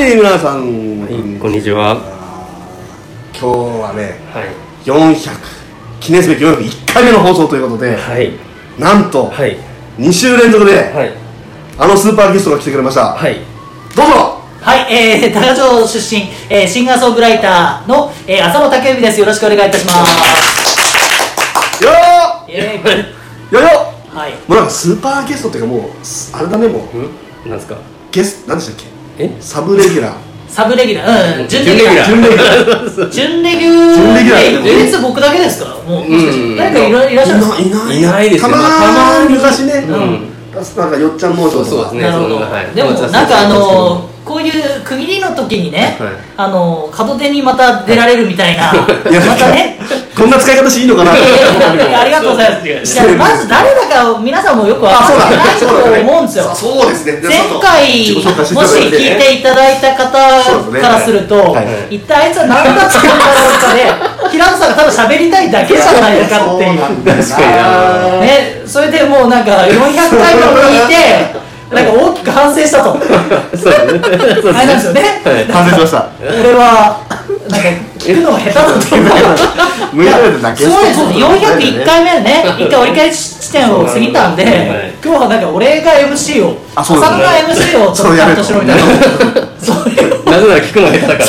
、皆さん、 はい、こんにちは。 今日はね、 はい、 400記念すべき401回目の放送ということで、 はい、 なんと、 はい、 2週連続で、 はい、 あのスーパーゲストが来てくれました。 はい、 どうぞ。 はい、多賀城出身、シンガーソングライターの、浅野武文です。よろしくお願いいたします。 よーよよ、 はい、 もうなんかスーパーゲストっていうか、もうあれだね、もうなんですか、 何でしたっけ、 え、 サブレギュラー、 サブレギュラー、うん、準レギュラー、準レギュラー、唯一僕だけですか。もう、もしかして誰かいらっしゃるんですか。 いないですよ。 たまーに昔ね、なんかよっちゃんモーションとか。 そうですね。 なるほど。でもなんかこういう区切りの時にね、門出にまた出られるみたいな、またね、 こんな使い方していいのかな。 ありがとうございます。まず誰だか皆さんもよく分かってないと思うんですよ。 そうですね。 前回もし聞いていただいた方からすると、一体あいつは何だったんだろうかで、平野さんがただ喋りたいだけじゃないかっていう。 確かにね、それでもうなんか400回も聞いて。なんか大きく反省したと。あれなんですよね。 反省しました。 俺はなんか聞くのが下手だっていうか。 向いてるだけ。 そうですね。401回目ね、一回折り返し地点を過ぎたんで、今日はなんか俺が MC を、浅野が MC をちょっと担当しろみたいな。そういう。 なぜなら聞くのが下手だから。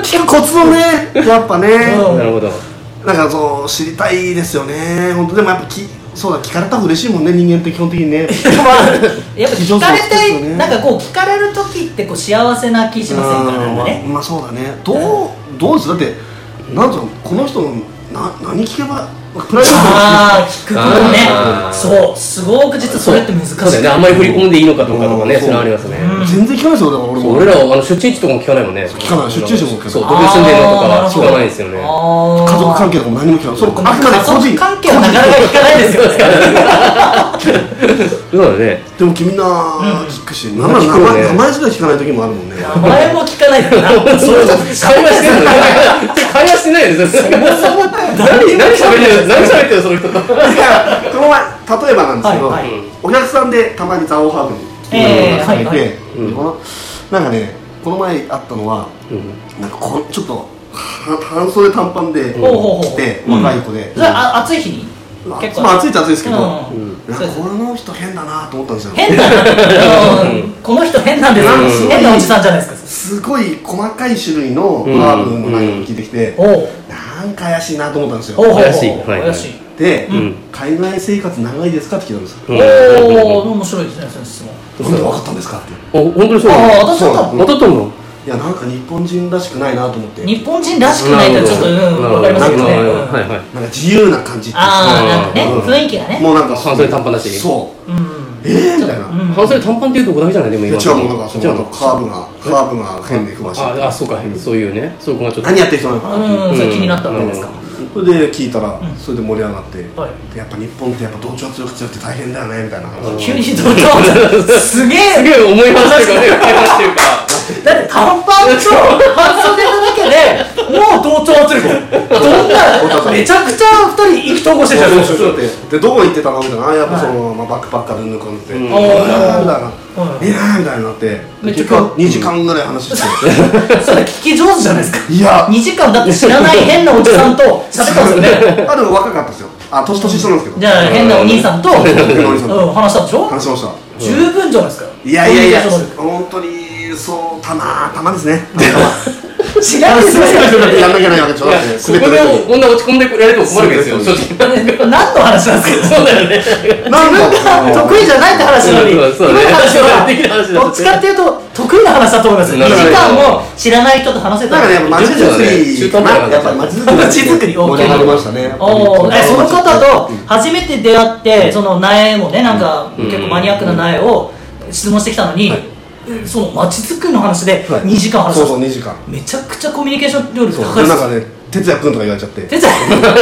聞くコツをね、やっぱね。 なるほど。 なんかそう知りたいですよね。本当でもやっぱそうだ、聞かれたら嬉しいもんね、人間って基本的にね。 やっぱ聞かれたい、なんかこう聞かれる時ってこう幸せな気しませんか。なんかね。 まあそうだね。どうです。だってなんとこの人の何聞けばプライベート聞くことね。そう、すごく実はそれって難しい。 そうだよね。あんまり振り込んでいいのかどうかとかね、それありますね。 全然聞かないですよ。だから俺らは出身地とかも聞かないもんね。 聞かない。出身地も聞かない。 そう、どこに住んでるのとか聞かないですよね。 家族関係とかも何も聞かない。それあくまで個人関係はなかなか聞かないですよね。 そうだね。 でもみんな聞くし、名前自体聞かない時もあるもんね。 名前も聞かないからな。 そう会話してるのね。会話してないよね。そもそも何喋ってるその人と。この前例えばなんですけど、お客さんでたまにザオハーブに来ていて、なんかね、この前あったのはなんかちょっと半袖短パンで来て、若い子で。 暑い日に。 結構暑いっちゃ暑いですけど、この人変だなと思ったんですよ。 変だな。この人変なんです。変なおじさんじゃないですか。 すごい細かい種類のハーブの内容を聞いてきて、なんか怪しいなと思ったんですよ。 怪しい。 で、海外生活長いですかって聞いたんです。 おお、面白いですね、その質問。 なんで分かったんですかって。 本当にそう。当たったの。 いや、なんか日本人らしくないなと思って。 日本人らしくないとちょっと分かりますけどね。 なんか自由な感じっていうか。 なんかね、雰囲気がね。 もうなんか半袖短パンだし。 そう。みたいな。 半袖短パンっていうとこだけじゃない。でも今。 違うもん、なんかそのカーブが変で詳しい。 あ、そうか、そういうね。そういう子がちょっと。 何やってる人なのかな。 それ気になったわけですか。 それで聞いたら、それで盛り上がって、やっぱ日本ってやっぱ同調圧力強くて大変だよねみたいな。 急に同調圧力すげえ重い話っていうかね、話っていうか。 だって短パンと半袖なだけでもう同調圧力。どんなめちゃくちゃ2人意気投合してるじゃないですか。 でどこ行ってたのみたいな。やっぱそのバックパッカーで抜かんでみたいな。いいなみたいになって結局2時間ぐらい話してそれ聞き上手じゃないですか。 いや 2時間だって知らない変なおじさんと喋ったんですよね。 でも若かったですよ。年一緒なんですけど。 じゃあ変なお兄さんと話したんでしょ。 話しました。 十分じゃないですか。 いや本当にそうたまですね。 違うんですよ。 やんなきゃないわけでしょ。 ここでこんな落ち込んでくれると困るわけですよ。正直。 何の話なんですか。そうだよね。自分が得意じゃないって話なのに、今の話はどっちかっていうと得意な話だと思います。2時間も知らない人と話せたら。 なんかね、街づくりかな。やっぱり街づくり盛り上がりましたね。 その方と初めて出会ってその苗もね、なんか結構マニアックな苗を質問してきたのに。その街づくりの話で2時間話した。 そう2時間。 めちゃくちゃコミュニケーション能力高いです。 なんかね、哲也君とか言われちゃって。 哲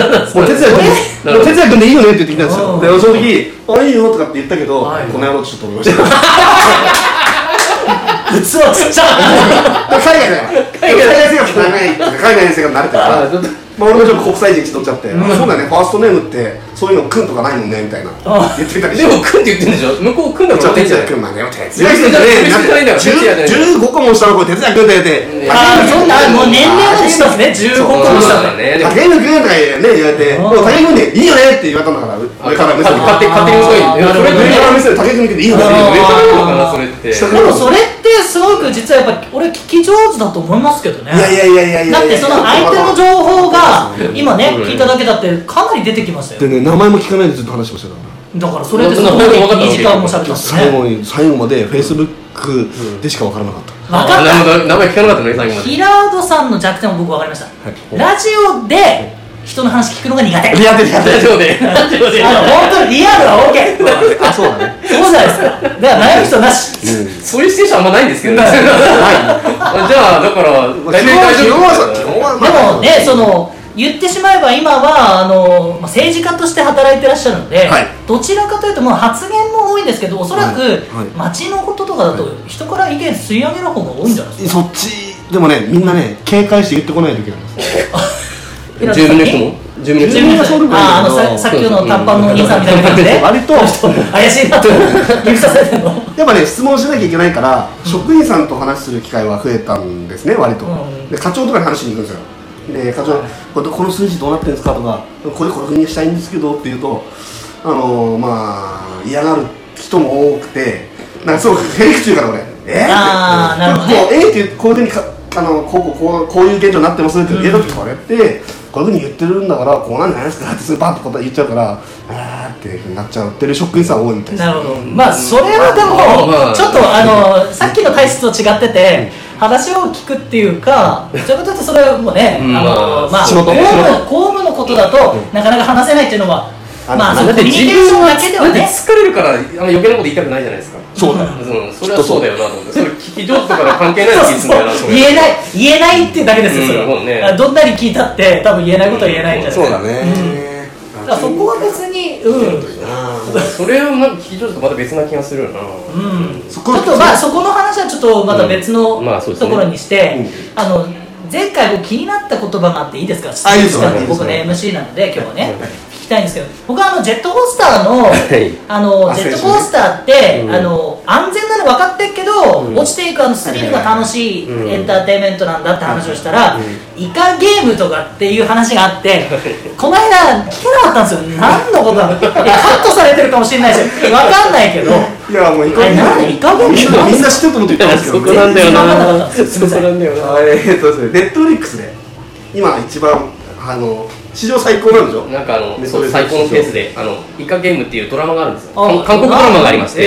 也君でいいよねって言ってきたんですよ。でその時「あいいよ」とかって言ったけど、この野郎ちょっと思いました。 器ちっちゃい。 海外生活慣れてるから。 俺もちょっと国際人気取っちゃって、そうだね、ファーストネームってそういうのくんとかないもんねみたいな言ってみたりして。 でもくんって言ってんでしょ、向こうくんだから哲也くんなんだよ、哲也くんじゃねえ、15個も下の子哲也くんって言って、 そんなもう年齢までしたんですね、15個も下で竹野くんとか言われて、もう竹野くんでいいよねって言われたんだから、上から見せて勝手にそういうそれ上から見せて竹野くんでいいよね、上から見るのかなそれって。 でもそれってすごく実はやっぱ俺聞き上手だと思いますけどね。 いやだってその相手の情報が今ね聞いただけだってかなり出てきましたよ。 でね、名前も聞かないでずっと話しましたから。 だからそれでその2時間も喋ってますね。 最後までフェイスブックでしか分からなかった。 分かった。 名前聞かなかったね、最後まで。 平戸さんの弱点も僕分かりました。ラジオで人の話聞くのが苦手。 ラジオで本当にリアルは OK。 あ、そうだね。 そうじゃないですか。だから悩む人なし。 そういうステーションあんまないんですけどね。じゃあだから大体大丈夫。 でもね、その言ってしまえば今は政治家として働いてらっしゃるので、どちらかというともう発言も多いんですけど、おそらく街のこととかだと人から意見吸い上げる方が多いんじゃないですか。 そっちでもね、みんなね警戒して言ってこないといけないんです。 住民の人も住民の人もさっきの短パンのお兄さんみたいな感じで割と怪しいなと指さされてるの。 やっぱね、質問しなきゃいけないから職員さんと話する機会は増えたんですね、割と。で課長とかに話しに行くんですよ。で課長、この数字どうなってるんですかとか、これふうにしたいんですけどって言うと、嫌がる人も多くて、なんかすごくフェイク中から俺なるほどね。 ってこういうふうにこういう現状になってますって言うと、これってこういうふうに言ってるんだからこうなんじゃないですかってすぐバンと答え言っちゃうから、っていうふうになっちゃってる職員さん多いみたいです。 なるほど。まあそれはでもちょっとさっきの体質と違ってて、話を聞くっていうか、そういうことってそれはもうね、公務のことだとなかなか話せないっていうのは、まあコミュニケーションだけではね。 疲れるから余計なこと言いたくないじゃないですか。 そうだよ。 それはそうだよなと思って。それ聞き上手とか関係ないって言うんだよな。 言えないっていうだけですよ、それは。どんなに聞いたって多分言えないことは言えないんじゃないですか。 そうだね。 だからそこは別にそれはなんか聞き上手とまた別な気がするよな。 ちょっとそこの話はちょっとまた別のところにして、前回僕気になった言葉があっていいですか。僕ね MC なので今日はね聞きたいんですけど、僕はジェットコースターのジェットコースターって安全なの分かってるけど落ちていくスリルが楽しいエンターテインメントなんだって話をしたら、イカゲームとかっていう話があって、この間聞けなかったんですよ。何のことなの。カットされてるかもしれないし分かんないけど、 いやもうイカゲームみんな知ってると思って言ったんですけど、 そこなんだよな。そこなんだよな。 ネットフリックスで今一番史上最高なんでしょ。 なんか最高のペースでイカゲームっていうドラマがあるんですよ。韓国ドラマがありまして、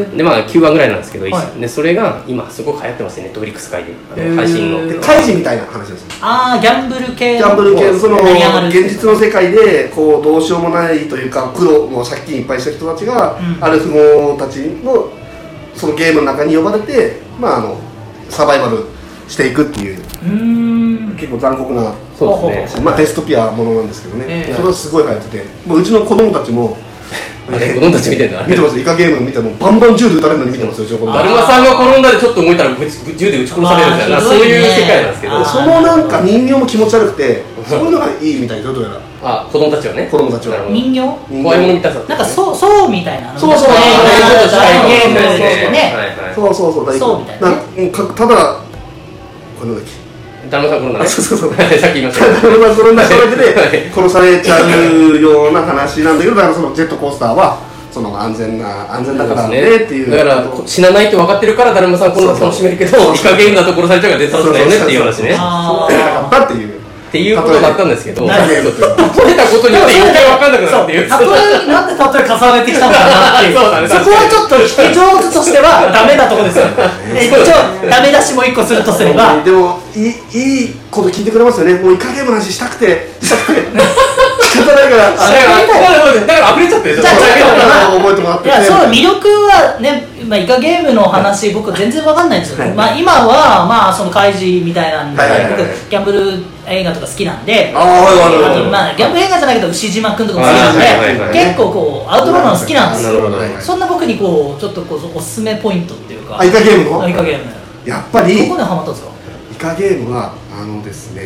で9話ぐらいなんですけど、でそれが今すごく流行ってますね、ネットフリックス界で配信の。 開示みたいな話です。 ギャンブル系その現実の世界でこうどうしようもないというか、苦労も借金いっぱいした人たちがある富豪たちのそのゲームの中に呼ばれて、サバイバルしていくっていう結構残酷な、 そうですね、 デストピアものなんですけどね、それはすごい流行ってて、もううちの子供たちも子供たち見てるんだ。 見てます。イカゲーム見てもバンバン銃で撃たれるのに見てますよ。 だるまさんが転んだでちょっと動いたら銃で撃ち殺されるみたいな、そういう世界なんですけど、 そのなんか人形も気持ち悪くて、そういうのがいいみたいで、どうやら子供たちはね、 子供たちは人形怖いもの見たさ、 なんかそうみたいな、 そうゲームですね、 そうただこれなんだっけ、 だるまさん転んだね。 そうさっき言いましただるま転んだ人だけで殺されちゃうような話なんだけど、だからそのジェットコースターはその安全だからねっていう。 だから死なないって分かってるからだるまさん転んだ楽しめるけど、イカゲームだと殺されちゃうから絶対そうだよねっていう話ね。 そうやなかったっていうことだったんですけど、例えたことによって余計分かんなくなるっていう。 なんで例え重ねてきたのかなっていう。そこはちょっと聞き上手としてはダメなところですよ。一応ダメ出しも一個するとすれば、 でもいいこと聞いてくれますよね。もうイカゲームの話したくて仕方ないからだから溢れちゃってるでしょ。 覚えてもらって。 いや、その魅力はね、イカゲームの話僕全然わかんないんですよ。今はその開示みたいなんで、僕ギャンブル映画とか好きなんで、あとギャンブル映画じゃないけど牛島くんとかも好きなんで、結構こうアウトローなの好きなんですよ。そんな僕にこうちょっとおすすめポイントっていうか。 イカゲームの？ イカゲーム。 やっぱりどこでハマったんですか？ イカゲームはですね、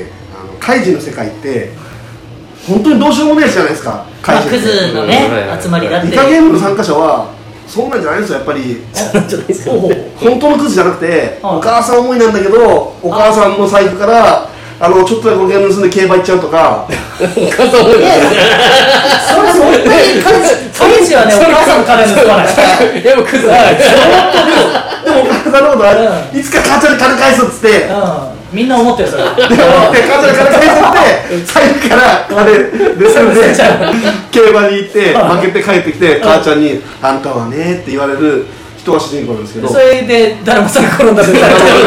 カイジの世界って本当にどうしようもないじゃないですか。 クズのね集まりだって。 イカゲームの参加者はそんなんじゃないんですよ。やっぱり本当のクズじゃなくて、お母さん思いなんだけど、お母さんの財布からちょっとだけお金盗んで競馬行っちゃうとか。 お母さん思いそれ本当にカイジはね、お母さんの金盗まない。 でもクズだ。 でもお母さんのことはいつか母ちゃんに金返すっつって。 みんな思ってるそれ。で母ちゃんに金返すって財布から金盗んで競馬に行って負けて帰ってきて、母ちゃんにあんたはねって言われる人が主人公なんですけど。 それで誰もさん転んだって。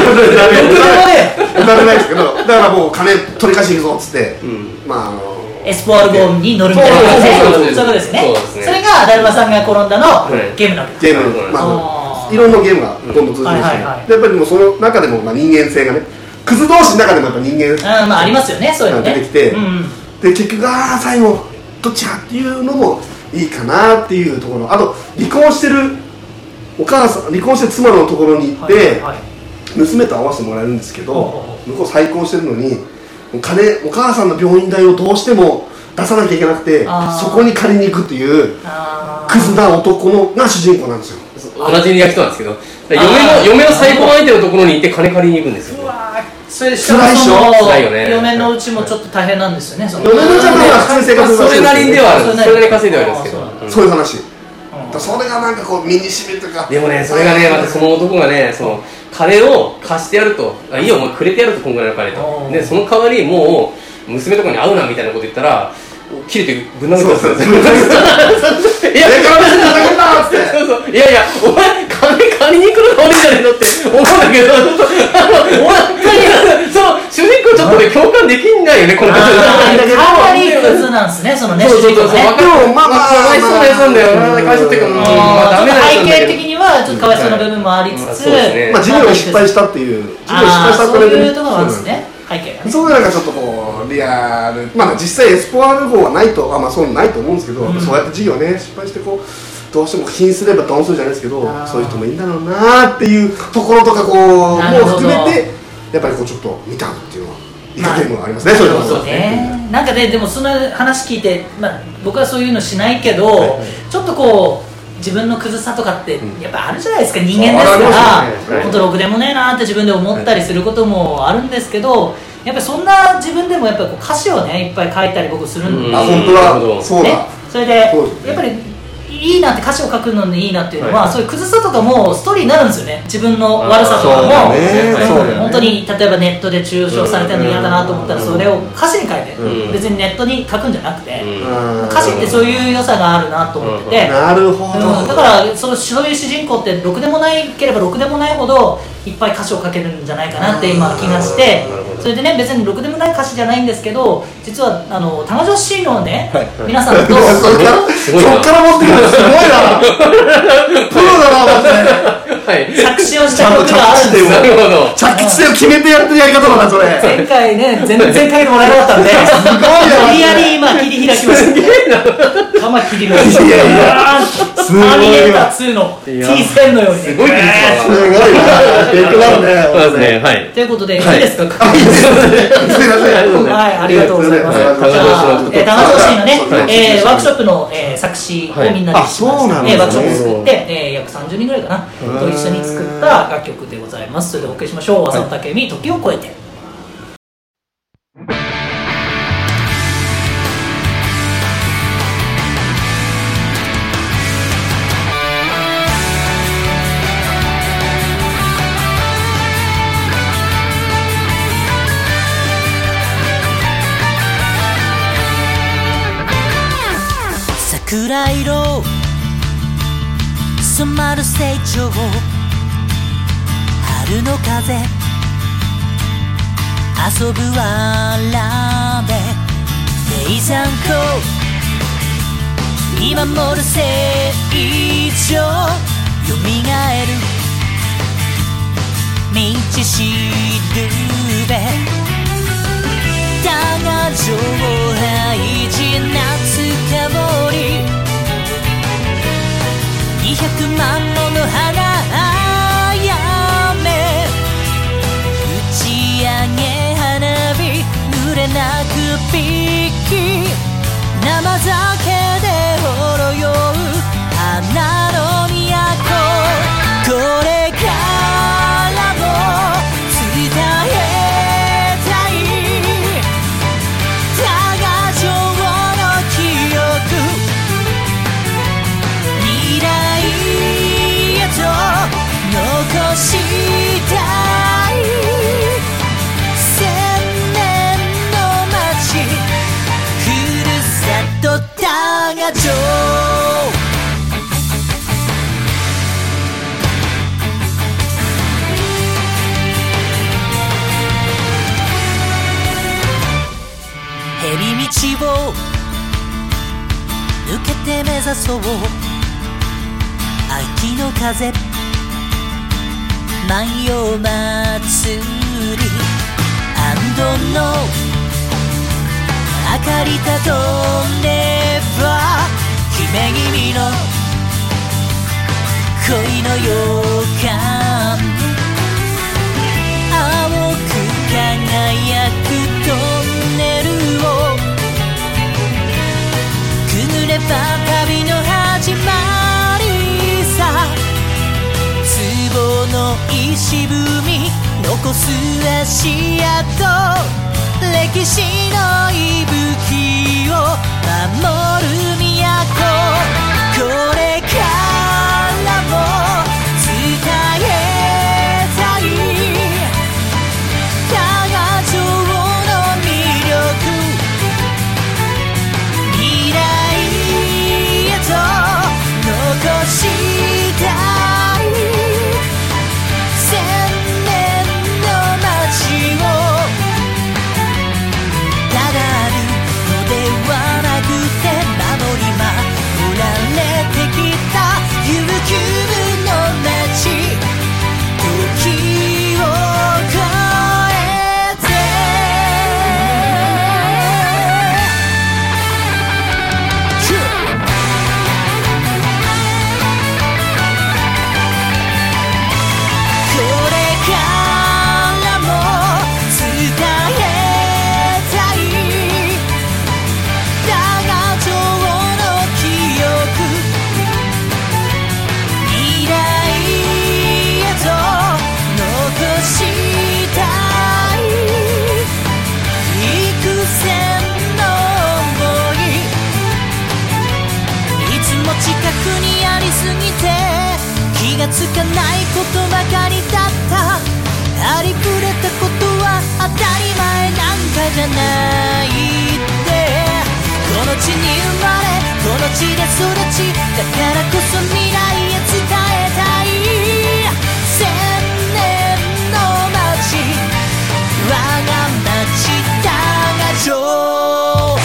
打たれないですけど、だからもう金取り返しに行くぞっつって、 エスポワール号に乗るみたいな感じで、そういうことですね。それがだるまさんが転んだのゲームなんです。 ゲーム、いろんなゲームがどんどん通じてますね。やっぱりでもその中でも人間性がね、クズ同士の中でもやっぱ人間ありますよね、そういうのね。 出てきて、で結局最後どっちかっていうのもいいかなっていうところ。あと離婚してるお母さん、離婚して妻のところに行って娘と会わせてもらえるんですけど、向こう再婚してるのにお母さんの病院代をどうしても出さなきゃいけなくて、そこに借りに行くっていうクズな男が主人公なんですよ。 同じ人なんですけど、嫁の再婚相手のところに行って金借りに行くんですよ。 それしかも嫁のうちもちょっと大変なんですよね。 嫁のうちは普通に生活それなりにではある、それなりに稼いではいるんですけど、 そういう話。それがなんかこう身に染みるとか。 でもね、それがね、またその男がね、金を貸してやると、いいよ、もうくれてやると、こんぐらいの金と。で、その代わりもう娘とかに会うなみたいなこと言ったら、切れてぶん殴ってたんですよ。いや、いやいや、お前金借りに来るの悪いんじゃねえのって思うんだけど、本当に主人公ちょっとね共感できないよね、この方。 かわいいクズなんですね、そのね。 そうそうそう。でもかわいそうなやつなんだよ。かわいそうっていうか、ダメなやつなんだけど。 背景的にはちょっとかわいそうな部分もありつつ、 事業に失敗したっていう。 そういうところなんですね。 そうなんかちょっとこうリアル、実際エスポワール号はないと、そうないと思うんですけど、そうやって事業ね失敗してこうどうしても貧すればドンするじゃないですけど、そういう人もいいんだろうなっていうところとかこうも含めてやっぱりこうちょっと見たっていうのはイカゲームがありますね。そういうことね。なんかね、でもその話聞いて、僕はそういうのしないけど、ちょっとこう自分のクズさとかってやっぱあるじゃないですか、人間ですから本当ろくでもねえなって自分で思ったりすることもあるんですけど、やっぱりそんな自分でもやっぱり歌詞をねいっぱい書いたり僕するんで、 本当だ、そうだ、 それでやっぱりいいなって歌詞を書くのにいいなっていうのは、そういうクズさとかもストーリーになるんですよね。自分の悪さとかも本当に例えばネットで中傷されてるの嫌だなと思ったらそれを歌詞に書いて、別にネットに書くんじゃなくて、歌詞ってそういう良さがあるなと思ってて、 なるほど。 だからそういう主人公ってろくでもないければろくでもないほどいっぱい歌詞を書けるんじゃないかなって今気がして、それでね別にろくでもない歌詞じゃないんですけど、実はタマ女子のね皆さんとそっから持ってくるすごいなプロだな、 作詞をした曲があるんですよ。 着地点を決めてやってるやり方だな、それ。 前回ね全然書いてもらえなかったんで、すごいな、無理やり今切り開きました。カマ切りました。いやいやターミネーター2の T 線のように、 すごいです。 すごいな、勉強なるね。 そうですね、はい。 ということでいいですか。 いいです。すみません。 はい、ありがとうございます。タマ女子のねワークショップの作詞をみんなでワークショップ作って約30人ぐらいかなと一緒に作った楽曲でございます。それでお送りしましょう。浅野武美、時を超えて。桜色染まる成長、春の風遊ぶわらべ、名山湖見守る成長、よみがえる道しるべ、だが城廃寺夏香り200万もの花やめ、打ち上げ花火濡れ流目指そう秋の風万葉祭り安堵の明かりたとれば姫君の恋の予感青く輝くトンネルをくぐれば旅の始まりさ壺の石踏み残す足跡歴史の息吹を守る都これからも伝えたい多賀城の魅力未来へと残したい千年の街をただあるのではなくて守り守られてきた悠久の街時を超えてこれからも伝えたい多賀城の記憶未来へと残したい幾千の想いいつも近くにありすぎて気がつかないことばかりだったありふれたことは当たり前なんかじゃないってこの地に生まれこの地で育ちだからこそ未来へ伝えたい千年の街我が街多賀城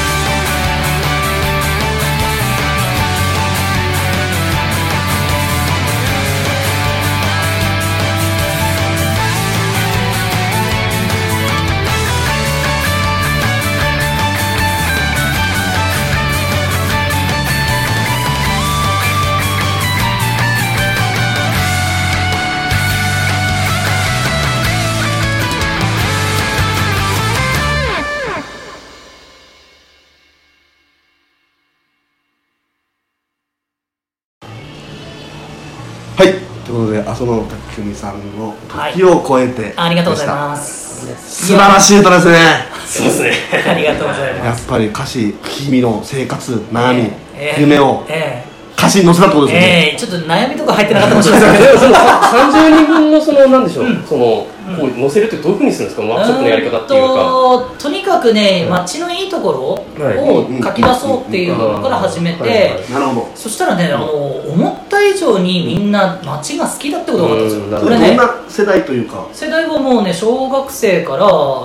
はい、ということで浅野拓実さんの時を超えて、 ありがとうございます。 素晴らしい歌ですね。 そうですね。 ありがとうございます。 やっぱり歌詞、君の生活、悩み、夢を歌詞に乗せたってことですね。 ちょっと悩みとか入ってなかったかもしれないですけど、 30人分のそのなんでしょう、そのこう載せるってどういうふうにするんですか、ワークショップのやり方っていうか。 とにかくね、街のいいところを書き出そうっていうのから始めて、そしたらね、思った以上にみんな街が好きだってことが分かったんですよ。これね、 どんな世代というか。 世代はもうね、小学生から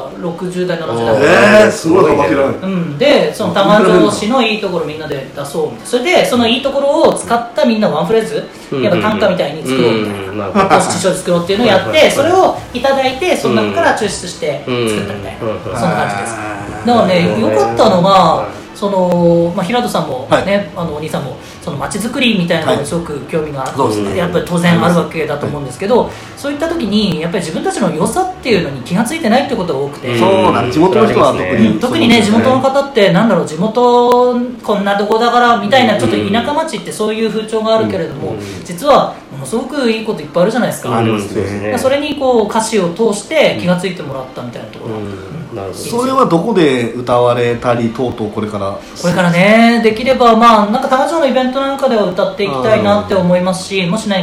60代、70代。 すごい幅広い。で、その多賀城市のいいところみんなで出そうみたいな。それでそのいいところを使ったみんなワンフレーズ、やっぱ短歌みたいに作ろうみたいな、五七五で作ろうっていうのをやって、それをいただいて、その中から抽出して作ったみたいな、そんな感じです。だからね、良かったのが、その平戸さんもね、お兄さんもその街づくりみたいなのにすごく興味がやっぱり当然あるわけだと思うんですけど、そういった時にやっぱり自分たちの良さっていうのに気がついてないってことが多くて、 そうなん、地元の人は特にね、地元の方ってなんだろう、地元こんなとこだからみたいな、ちょっと田舎町ってそういう風潮があるけれども、実はものすごくいいこといっぱいあるじゃないですか。それにこう歌詞を通して気がついてもらったみたいなところが、 それはどこで歌われたりとうとうこれからね、できればなんか多賀城のイベントなんかでは歌っていきたいなって思いますし、もし何か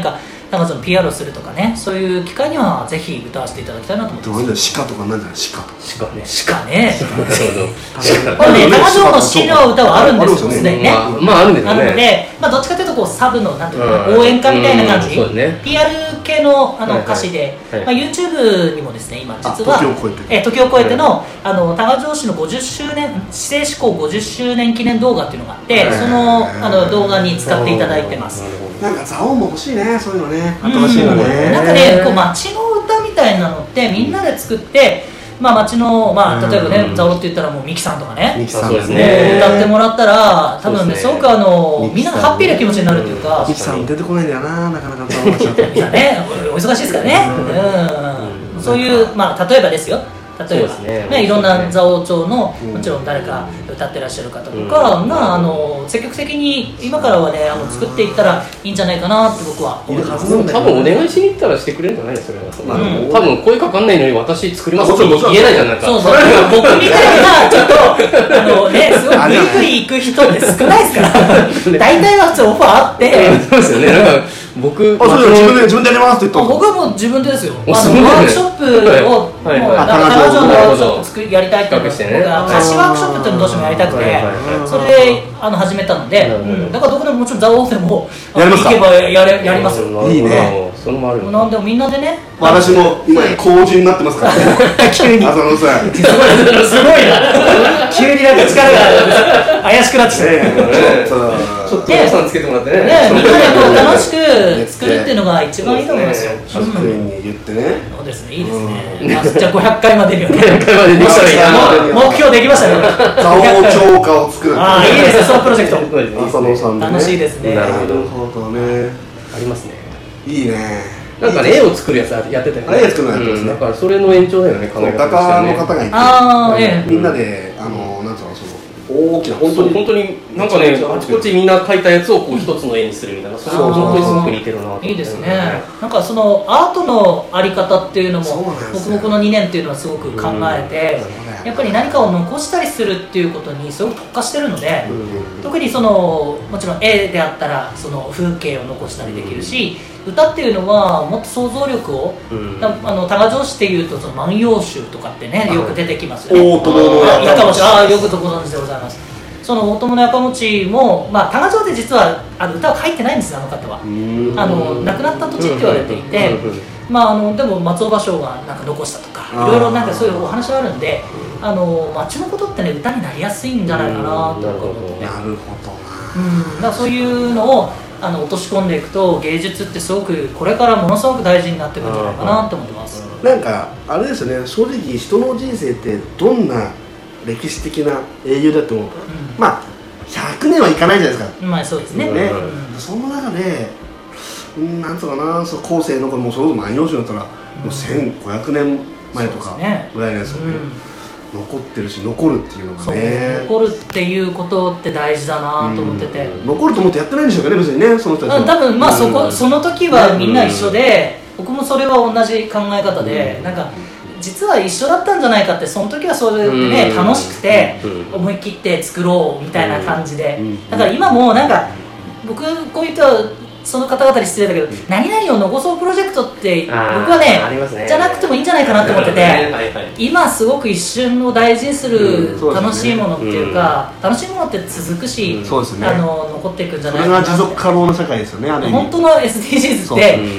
なんかその PR をするとかね、そういう機会にはぜひ歌わせていただきたいなと思ってます。 鹿とかなんじゃない、 鹿ねこれね、高城の詩の歌はあるんですよ、すでにね。 まああるんですよね。 なので、どっちかというとこうサブのなんていうか応援歌みたいな感じ、PR 系の歌詞で、YouTube にもですね、今実は時を超えての高城市の50周年市政施行50周年記念動画っていうのがあって、その動画に使っていただいてます。 なんか蔵王も欲しいね、そういうのね、新しいのね。 なんかね、こう街の歌みたいなのってみんなで作って、街の例えばね、蔵王って言ったらもうミキさんとかね、歌ってもらったら多分ね、すごくみんながハッピーな気持ちになるっていうか。 ミキさん出てこないんだよな、なかなか蔵王ちゃんと。 みんなね、お忙しいですからね。そういう例えばですよ。例えばいろんな蔵王町のもちろん誰か歌ってらっしゃる方とかが積極的に今からはね作っていったらいいんじゃないかなって僕は思います。 多分お願いしに行ったらしてくれるんじゃないですか、それは。多分声かかんないのに私作りますって言えないじゃん。なんかそうそう、僕みたいなちょっとねすごいグイグイ行く人って少ないですから大体は普通オファーあって。 そうですよね。なんか僕自分でやりますって言った。 僕はもう自分でですよ。ワークショップを高城のワークショップやりたいって僕が歌詞ワークショップっていうのをどうしてもやりたくて、それで始めたので、だからどこでももちろん蔵王でも行けばやりますよ。 いいね。 それもある。 なんでもみんなでね。 私も今工事になってますからね。 急に。 浅野さん。 すごいな。急になんか力が怪しくなってきて。 ちょっと予算つけてもらってね。 みんなでこう楽しく作るっていうのが一番いいと思いますよ。 職員に言ってね。 そうですね、いいですね。じゃあ500回までにはね。 500回までにしたらいいな。 目標できましたね。 蔵王町歌を作る。 ああ、いいですね、そのプロジェクト。 浅野さんでね。 楽しいですね。 なるほどね。 ありますね。 いいね。 なんかね、絵を作るやつやってたよね。 絵作るのやってますね。 だからそれの延長だよね、考え方としてはね。 画家の方がいて、みんなでなんつうの、大きな本当になんかね、あちこちみんな描いたやつをこう一つの絵にするみたいな、それが本当にすごく似てるな。 いいですね。なんかそのアートのあり方っていうのも僕もこの2年っていうのはすごく考えて、やっぱり何かを残したりするっていうことにすごく特化してるので、特にもちろん絵であったらその風景を残したりできるし、歌っていうのはもっと想像力を、高城市っていうとその万葉集とかってねよく出てきますよね。大友のやかもち、よくご存知でございます。その大友のやかもちも、高城で実は歌を書いてないんですよ、あの方は。亡くなった土地って言われていて、でも松尾芭蕉がなんか残したとかいろいろなんかそういうお話があるんで、町のことってね歌になりやすいんじゃないかなと思って。 なるほどな。 だからそういうのを落とし込んでいくと芸術ってすごくこれからものすごく大事になってくるんじゃないかなと思ってます。 なんかあれですよね、正直人の人生ってどんな歴史的な英雄だっても、100年はいかないじゃないですか。 そうですね。 その中でなんとかな、後世のこれもそれこそ万葉集だったらもう1500年前とかぐらいのやつをね残ってるし、残るっていうのがね、 残るっていうことって大事だなと思ってて、 残ると思ってやってないんでしょうかね、別にね、その人たちは。 多分その時はみんな一緒で、僕もそれは同じ考え方で、なんか実は一緒だったんじゃないかって、その時はそれでね楽しくて思い切って作ろうみたいな感じで、だから今もなんか僕こういったその方々に失礼だけど、何々を残そうプロジェクトって僕はねじゃなくてもいいんじゃないかなと思ってて、今すごく一瞬を大事にする楽しいものっていうか、楽しいものって続くし、残っていくんじゃないかな。 それが持続可能な社会ですよね。 本当の SDGs って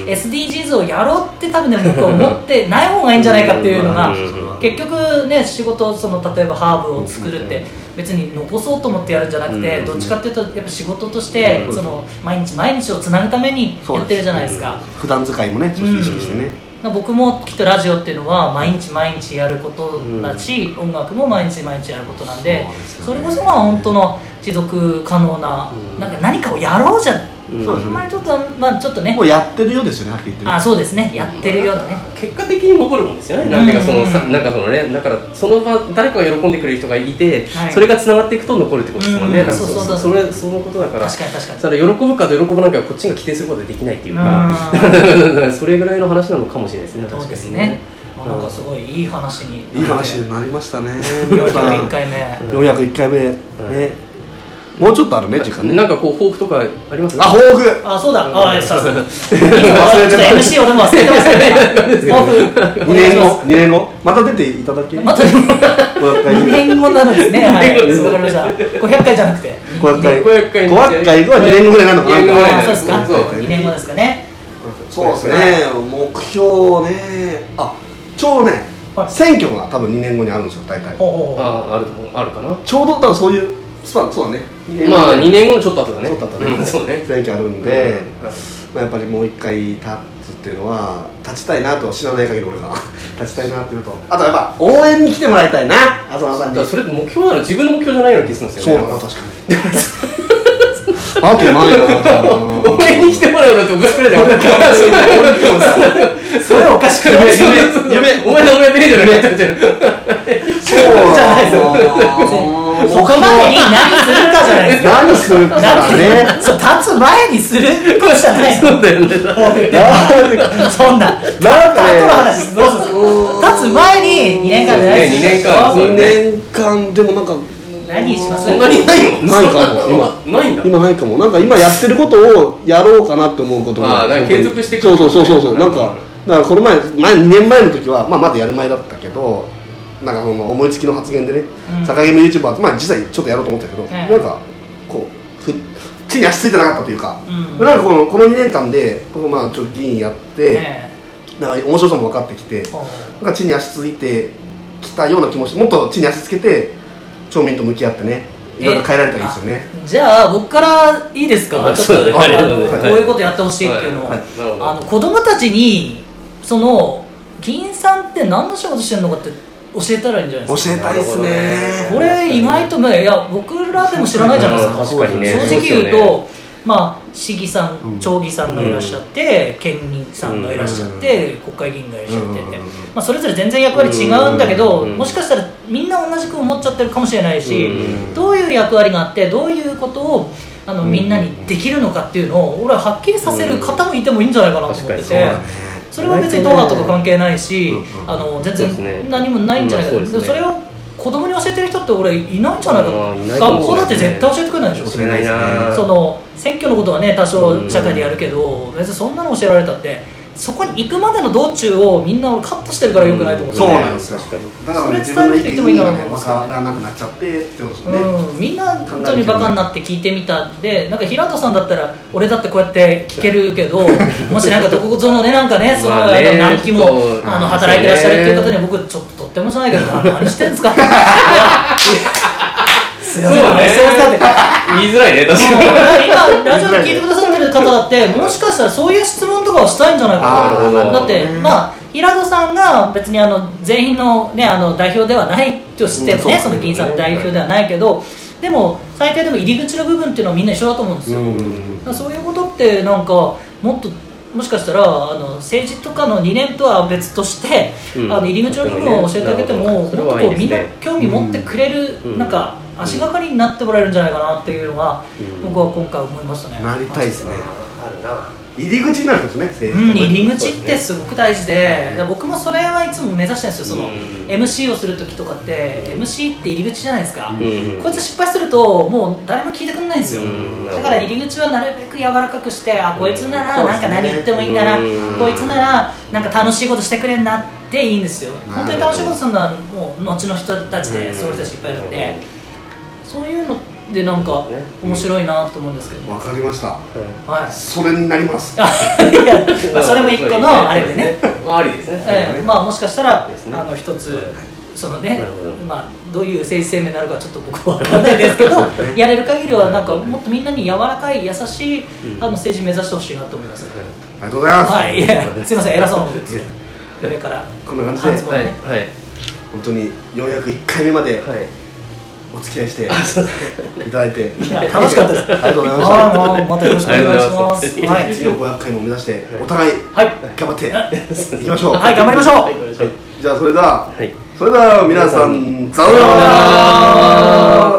SDGs をやろうって多分ね僕は思ってない方がいいんじゃないかっていうのが、結局ね仕事例えばハーブを作るって別に残そうと思ってやるんじゃなくて、どっちかっていうとやっぱ仕事として毎日毎日をつなぐためにやってるじゃないですか。 普段使いもね、意識してね。 僕もきっとラジオっていうのは毎日毎日やることだし、音楽も毎日毎日やることなんで、それこそ本当の持続可能な、何かをやろうじゃん。ちょっとね、 もうやってるようですよね、はっきり言って。 そうですね、やってるようなね。 結果的に残るもんですよね。なんかだからその場誰かが喜んでくれる人がいて、それがつながっていくと残るってことですもんね。そのことだから。 確かに。 それ喜ぶかと喜ばないかはこっちが規定することはできないっていうか、それぐらいの話なのかもしれないですね。 そうですね。なんかすごいいい話になりましたね。 401回目 401回目ね。 もうちょっとあるね時間ね。 なんかこう抱負とかあります？ あ、抱負。 あ、そうだ。あ、そうそう。MC 俺も忘れてましたね。抱負。 2年後また出ていただけ。 また2年後なのですね。はい。わかりました。500回じゃなくて。 500回後は2年後ぐらいなのかな。 そうですか。2年後ですかね。 そうですね。目標ね。あ、ちょうどね、選挙が多分2年後にあるんですよ、大体。 あるかな。 ちょうど多分そういうスパン、そうだね。 まあ2年後のちょっと後だね。 ちょっと後だね。そうね。選挙あるんで、やっぱりもう一回立つっていうのは立ちたいなと、知らない限り俺が立ちたいなっていうと、あとやっぱ応援に来てもらいたいな、東さんに。 それって目標なの、自分の目標じゃないような気がするんですよね。 そうなの、確かに。あとないな。 応援に来てもらうのっておかしくないじゃん。 それおかしくない。 夢、お前の親出ねえじゃないか。 そうじゃないですよ。そこまでに何するかじゃないですか。 何するかね。 そう、立つ前にすることじゃない。 そうだよね。 そんな。なんかね、立つ前に2年間じゃないですか。 2年間でもなんか。 何します？ そんなにないの？ ないかも。今ないかも。なんか今やってることをやろうかなって思うことが。 継続していく。 そう。なんかだからこの2年前の時はまだやる前だったけど、なんかその思いつきの発言でね、坂上 YouTuber 実際ちょっとやろうと思ったけど、なんかこう地に足ついてなかったというか、なんかこの2年間でちょっと議員やって、なんか面白さも分かってきて、なんか地に足ついてきたような気もして、もっと地に足つけて。町民と向き合ってね、いろいろ変えられたらいいですよね。 じゃあ僕からいいですか？ちょっとこういうことやってほしいっていうのを、子供たちにその議員さんって何の仕事してるのかって教えたらいいんじゃないですか。 教えたいですね。 これ意外といや僕らでも知らないじゃないですか。 確かにね。 正直言うと。市議さん、町議さんがいらっしゃって、県議さんがいらっしゃって、国会議員がいらっしゃってて、それぞれ全然役割違うんだけど、もしかしたらみんな同じく思っちゃってるかもしれないし、どういう役割があってどういうことをみんなにできるのかっていうのを俺ははっきりさせる方もいてもいいんじゃないかなと思ってて、それは別に党派とか関係ないし、全然何もないんじゃないかと。それを子供に教えてる人って俺いないんじゃないかな。学校だって絶対教えてくれないでしょ。その選挙のことはね多少社会でやるけど、別にそんなの教えられたってそこに行くまでの道中をみんなカットしてるからよくないと思う。 そうなんですよ。だから自分の意見が分からなくなっちゃってってことですね。 みんな本当にバカになって聞いてみたんで、なんか平田さんだったら俺だってこうやって聞けるけど、もしなんかどこぞのねなんかねその何期も働いてらっしゃるっていう方には僕ちょっととってもじゃないけど何してんですか。すいません、 言いづらいね、確かに。 今ラジオで聞いてくださってる方だってもしかしたらそういう質問とかをしたいんじゃないかな。だって平戸さんが別に全員のね代表ではないとしてもね、その議員さんの代表ではないけど、でも最低でも入り口の部分っていうのはみんな一緒だと思うんですよ。そういうことってなんかもっともしかしたら政治とかの理念とは別として、入り口の部分を教えてあげても、もっとこうみんな興味持ってくれる、なんか足がかりになってもらえるんじゃないかなっていうのが、僕は今回思いましたね。 なりたいですね。入り口になるんですね、 入り口ってすごく大事で、僕もそれはいつも目指してるんですよ。その MC をする時とかって MC って入り口じゃないですか。こいつ失敗するともう誰も聞いてくれないんですよ。だから入り口はなるべく柔らかくして、こいつならなんか何言ってもいいんだな、こいつならなんか楽しいことしてくれんなっていいんですよ。本当に楽しいことするのはもう後の人たちでそういう人たちいっぱいいるんで、そういうのでなんか面白いなと思うんですけど。 わかりました。 はい。 それになります。 いや、それも一個のあれでね。 ありですね。 もしかしたら一つそのね、どういう政治生命になるかちょっと僕は分からないですけど、やれる限りはなんかもっとみんなに柔らかい優しい政治目指してほしいなと思います。 ありがとうございます。 はい。すいません、偉そうなことです。上からこんな感じで、本当にようやく1回目まで。お付き合いしていただいて楽しかったです。 ありがとうございました。 またよろしくお願いします。 次の500回も目指してお互い頑張っていきましょう。 はい、頑張りましょう。 じゃあそれでは皆さんさようなら。